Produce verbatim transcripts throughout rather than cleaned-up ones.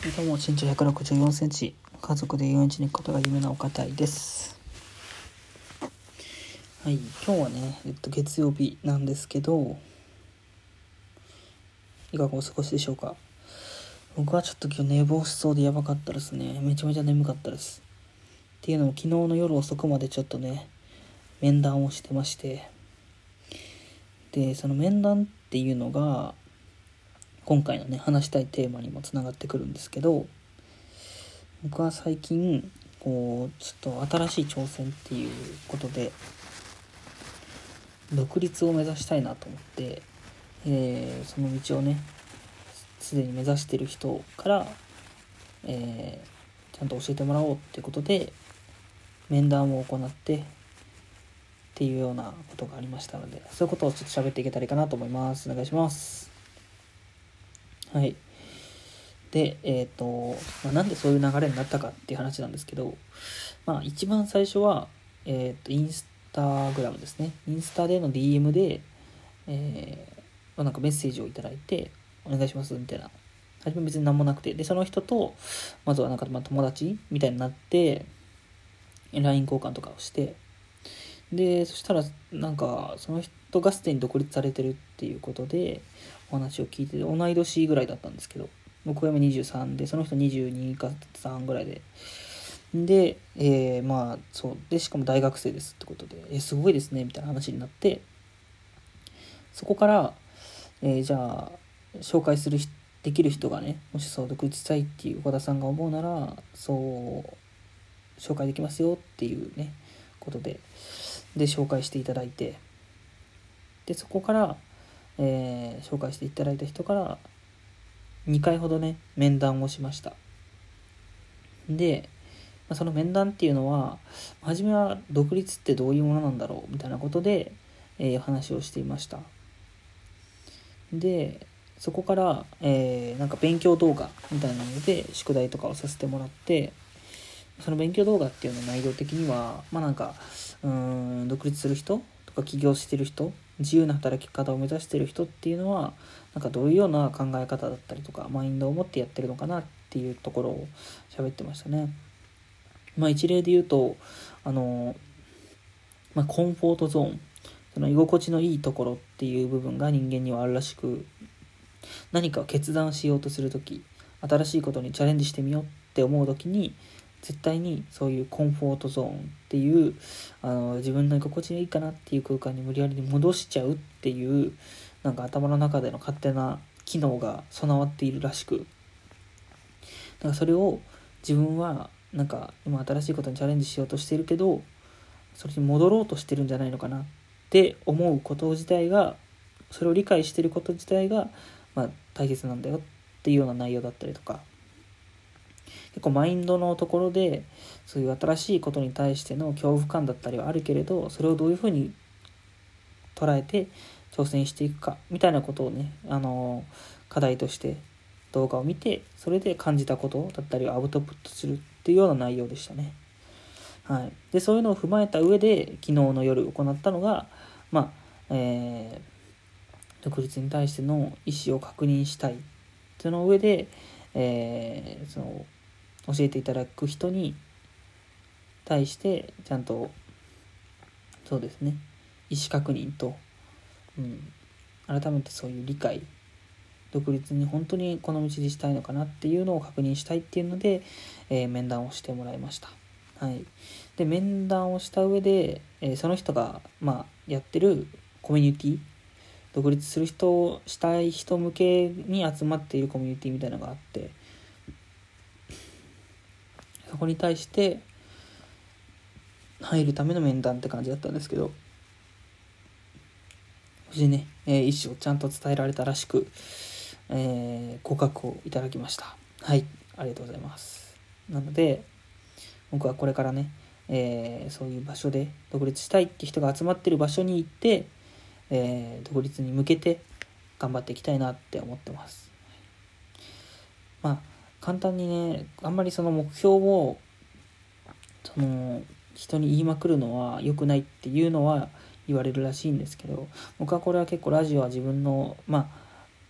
どうも身長ひゃくろくじゅうよんセンチ、家族で遊園地に行くことが夢なお堅いです。はい、今日はね、えっと、月曜日なんですけど、いかがお過ごしでしょうか。僕はちょっと今日寝坊しそうでやばかったですね。めちゃめちゃ眠かったです。っていうのも昨日の夜遅くまでちょっとね、面談をしてまして、で、その面談っていうのが、今回のね、話したいテーマにもつながってくるんですけど、僕は最近こうちょっと新しい挑戦っていうことで独立を目指したいなと思って、えー、その道をねすでに目指している人から、えー、ちゃんと教えてもらおうっていうことで面談を行ってっていうようなことがありましたので、そういうことをちょっと喋っていけたらいいかなと思います。お願いします。はい。で、えっと、まあ、なんでそういう流れになったかっていう話なんですけど、まあ一番最初は、えっと、インスタグラムですね。インスタでの ディーエム で、えーまあ、なんかメッセージをいただいて、お願いしますみたいな。初め別に何もなくて、で、その人と、まずはなんかまあ友達みたいになって、ライン 交換とかをして、で、そしたら、なんか、その人がすでに独立されてるっていうことで、お話を聞いて、同い年ぐらいだったんですけど、僕が今にじゅうさんで、その人にじゅうにかさんぐらいで、で、えー、まあ、そう。で、しかも大学生ですってことで、えー、すごいですね、みたいな話になって、そこから、えー、じゃあ、紹介するし、できる人がね、もしそう独立したいっていう岡田さんが思うなら、そう、紹介できますよっていうね、ことで、で、紹介していただいて、で、そこから、えー、紹介していただいた人からにかいほどね、面談をしました。で、まあ、その面談っていうのは、初めは独立ってどういうものなんだろうみたいなことで、えー、話をしていました。で、そこから、えー、なんか勉強動画みたいなので宿題とかをさせてもらって、その勉強動画っていうの内容的には、まあなんか、うーん、独立する人とか起業してる人、自由な働き方を目指してる人っていうのは、なんかどういうような考え方だったりとか、マインドを持ってやってるのかなっていうところを喋ってましたね。まあ一例で言うと、あの、まあコンフォートゾーン、その居心地のいいところっていう部分が人間にはあるらしく、何かを決断しようとするとき、新しいことにチャレンジしてみようって思うときに、絶対にそういうコンフォートゾーンっていうあの自分の居心地がいいかなっていう空間に無理やりに戻しちゃうっていうなんか頭の中での勝手な機能が備わっているらしく、だからそれを自分はなんか今新しいことにチャレンジしようとしてるけどそれに戻ろうとしてるんじゃないのかなって思うこと自体が、それを理解していること自体が、まあ、大切なんだよっていうような内容だったりとか、結構マインドのところでそういう新しいことに対しての恐怖感だったりはあるけれど、それをどういうふうに捉えて挑戦していくかみたいなことをね、あの課題として動画を見て、それで感じたことだったりをアウトプットするっていうような内容でしたね。はい、でそういうのを踏まえた上で昨日の夜行ったのが、まあえー、独立に対しての意思を確認したい。その上で、えー、その教えていただく人に対してちゃんとそうですね意思確認と、うん、改めてそういう理解、独立に本当にこの道でしたいのかなっていうのを確認したいっていうので、えー、面談をしてもらいました。はい、で面談をした上で、えー、その人が、まあ、やってるコミュニティ、独立する人をしたい人向けに集まっているコミュニティみたいなのがあって、そこに対して入るための面談って感じだったんですけど、無事ね、えー、意思をちゃんと伝えられたらしく、えー、合格をいただきました。はい、ありがとうございます。なので僕はこれからね、えー、そういう場所で独立したいって人が集まってる場所に行って、えー、独立に向けて頑張っていきたいなって思ってます。まあ簡単にね、あんまりその目標をその人に言いまくるのは良くないっていうのは言われるらしいんですけど、僕はこれは結構ラジオは自分のまあ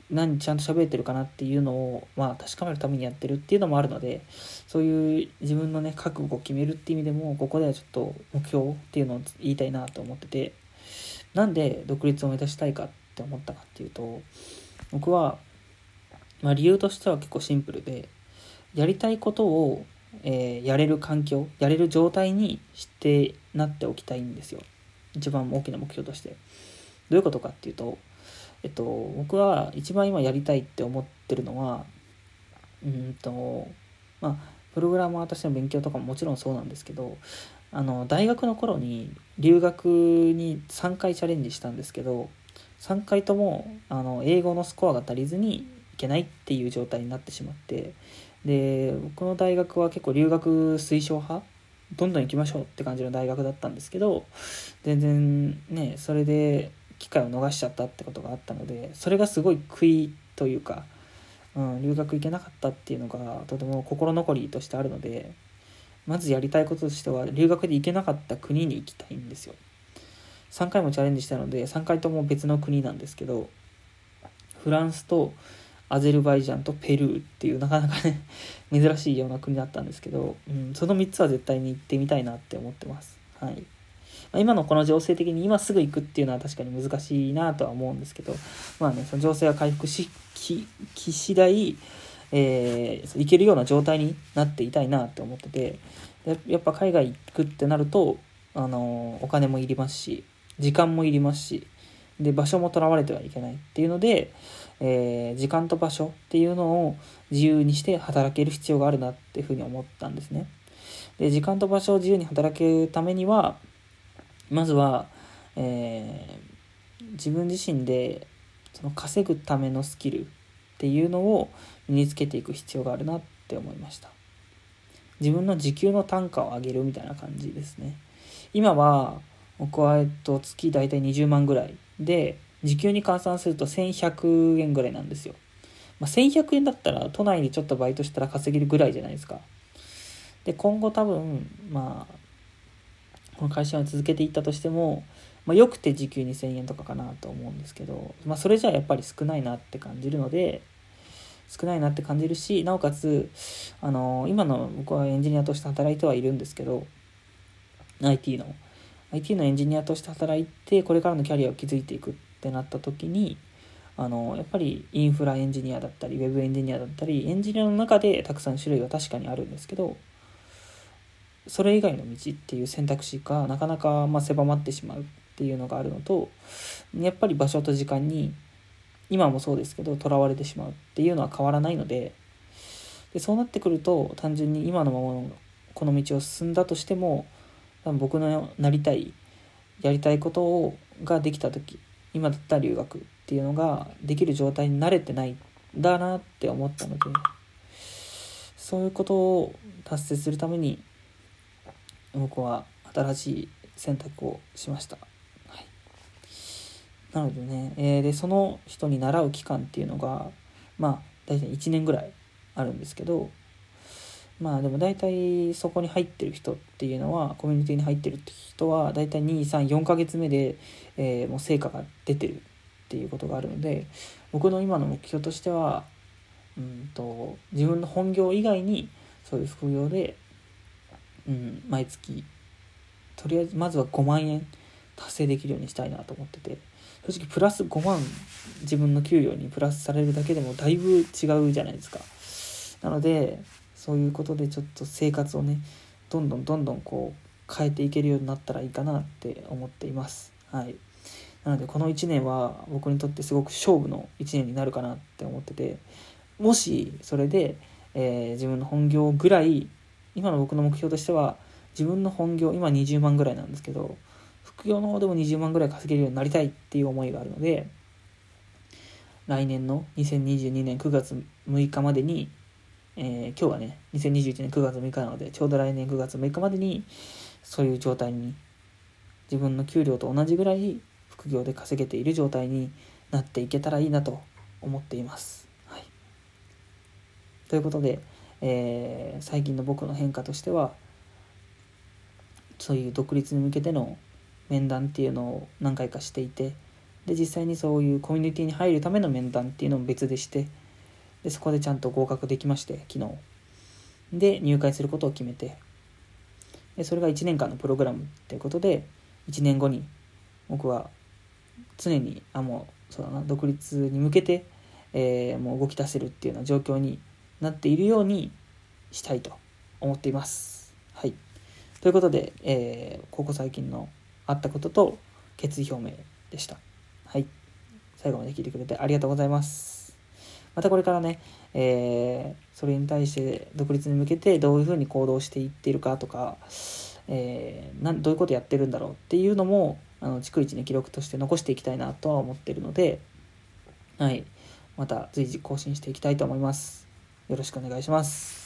何ちゃんと喋れてるかなっていうのを、まあ、確かめるためにやってるっていうのもあるので、そういう自分のね覚悟を決めるっていう意味でもここではちょっと目標っていうのを言いたいなと思ってて、なんで独立を目指したいかって思ったかっていうと、僕は、まあ、理由としては結構シンプルで、やりたいことを、えーやれる環境、やれる状態にしてなっておきたいんですよ。一番大きな目標として。どういうことかっていうと、えっと、僕は一番今やりたいって思ってるのは、うんと、まあ、プログラマーとしての勉強とかももちろんそうなんですけど、あの、大学の頃に留学にさんかいチャレンジしたんですけど、さんかいとも、あの、英語のスコアが足りずにいけないっていう状態になってしまって、で、僕の大学は結構留学推奨派、どんどん行きましょうって感じの大学だったんですけど、全然ね、それで機会を逃しちゃったってことがあったので、それがすごい悔いというか、うん、留学行けなかったっていうのがとても心残りとしてあるので、まずやりたいこととしては留学で行けなかった国に行きたいんですよ。さんかいもチャレンジしたのでさんかいとも別の国なんですけど、フランスとアゼルバイジャンとペルーっていうなかなかね珍しいような国だったんですけど、うん、そのみっつは絶対に行ってみたいなって思ってます。はい。今のこの情勢的に今すぐ行くっていうのは確かに難しいなとは思うんですけど、まあね、その情勢が回復しきき次第、えー、行けるような状態になっていたいなって思ってて、やっぱ海外行くってなると、あのお金もいりますし、時間もいりますし、で場所もとらわれてはいけないっていうので、えー、時間と場所っていうのを自由にして働ける必要があるなっていうふうに思ったんですね。で、時間と場所を自由に働けるためには、まずは、えー、自分自身でその稼ぐためのスキルっていうのを身につけていく必要があるなって思いました。自分の時給の単価を上げるみたいな感じですね。今は僕は、えっと、月だいたいにじゅうまんぐらいで、時給に換算するとせんひゃくえんぐらいなんですよ。まあ、せんひゃくえんだったら都内でちょっとバイトしたら稼げるぐらいじゃないですか。で、今後多分まあこの会社を続けていったとしても、まあ、よくて時給にせんえんとかかなと思うんですけど、まあ、それじゃやっぱり少ないなって感じるので、少ないなって感じるし、なおかつ、あの今の僕はエンジニアとして働いてはいるんですけど、 アイティー の アイティー のエンジニアとして働いてこれからのキャリアを築いていくってなった時に、あのやっぱりインフラエンジニアだったりウェブエンジニアだったり、エンジニアの中でたくさん種類は確かにあるんですけど、それ以外の道っていう選択肢がなかなかまあ狭まってしまうっていうのがあるのと、やっぱり場所と時間に今もそうですけどとらわれてしまうっていうのは変わらないので、でそうなってくると単純に今のままのこの道を進んだとしても、多分僕のなりたいやりたいことをができた時、今だったら留学っていうのができる状態に慣れてないんだなって思ったので、そういうことを達成するために僕は新しい選択をしました。はい、なのでね、えー、でその人に習う期間っていうのがまあ大体いちねんぐらいあるんですけど、まあでも大体そこに入ってる人っていうのは、コミュニティに入ってる人は大体に、さん、よんかげつめで、えー、もう成果が出てるっていうことがあるので、僕の今の目標としては、うんと自分の本業以外にそういう副業で、うん、毎月とりあえずまずはごまんえん達成できるようにしたいなと思ってて、正直プラスごまん自分の給料にプラスされるだけでもだいぶ違うじゃないですか。なのでそういうことでちょっと生活をねどんどんどんどんこう変えていけるようになったらいいかなって思っています。はい。なのでこのいちねんは僕にとってすごく勝負のいちねんになるかなって思ってて、もしそれで、えー、自分の本業ぐらい、今の僕の目標としては自分の本業今にじゅうまんぐらいなんですけど、副業の方でもにじゅうまんぐらい稼げるようになりたいっていう思いがあるので、来年のにせんにじゅうにねんくがつむいかまでに、えー、今日はねにせんにじゅういちねんくがつむいかなので、ちょうど来年くがつむいかまでにそういう状態に、自分の給料と同じぐらい副業で稼げている状態になっていけたらいいなと思っています。はい、ということで、えー、最近の僕の変化としては、そういう独立に向けての面談っていうのを何回かしていて、 で実際にそういうコミュニティに入るための面談っていうのも別でして、でそこでちゃんと合格できまして、昨日で入会することを決めて、でそれがいちねんかんのプログラムということで、いちねんごに僕は常にあもうそうだな独立に向けて、えー、もう動き出せるっていうような状況になっているようにしたいと思っています。はい。ということで、えー、ここ最近のあったことと決意表明でした。はい。最後まで聞いてくれてありがとうございます。またこれからね、えー、それに対して独立に向けてどういうふうに行動していっているかとか、えー、なんどういうことやってるんだろうっていうのもあの逐一ね記録として残していきたいなとは思っているので、はい、また随時更新していきたいと思います。よろしくお願いします。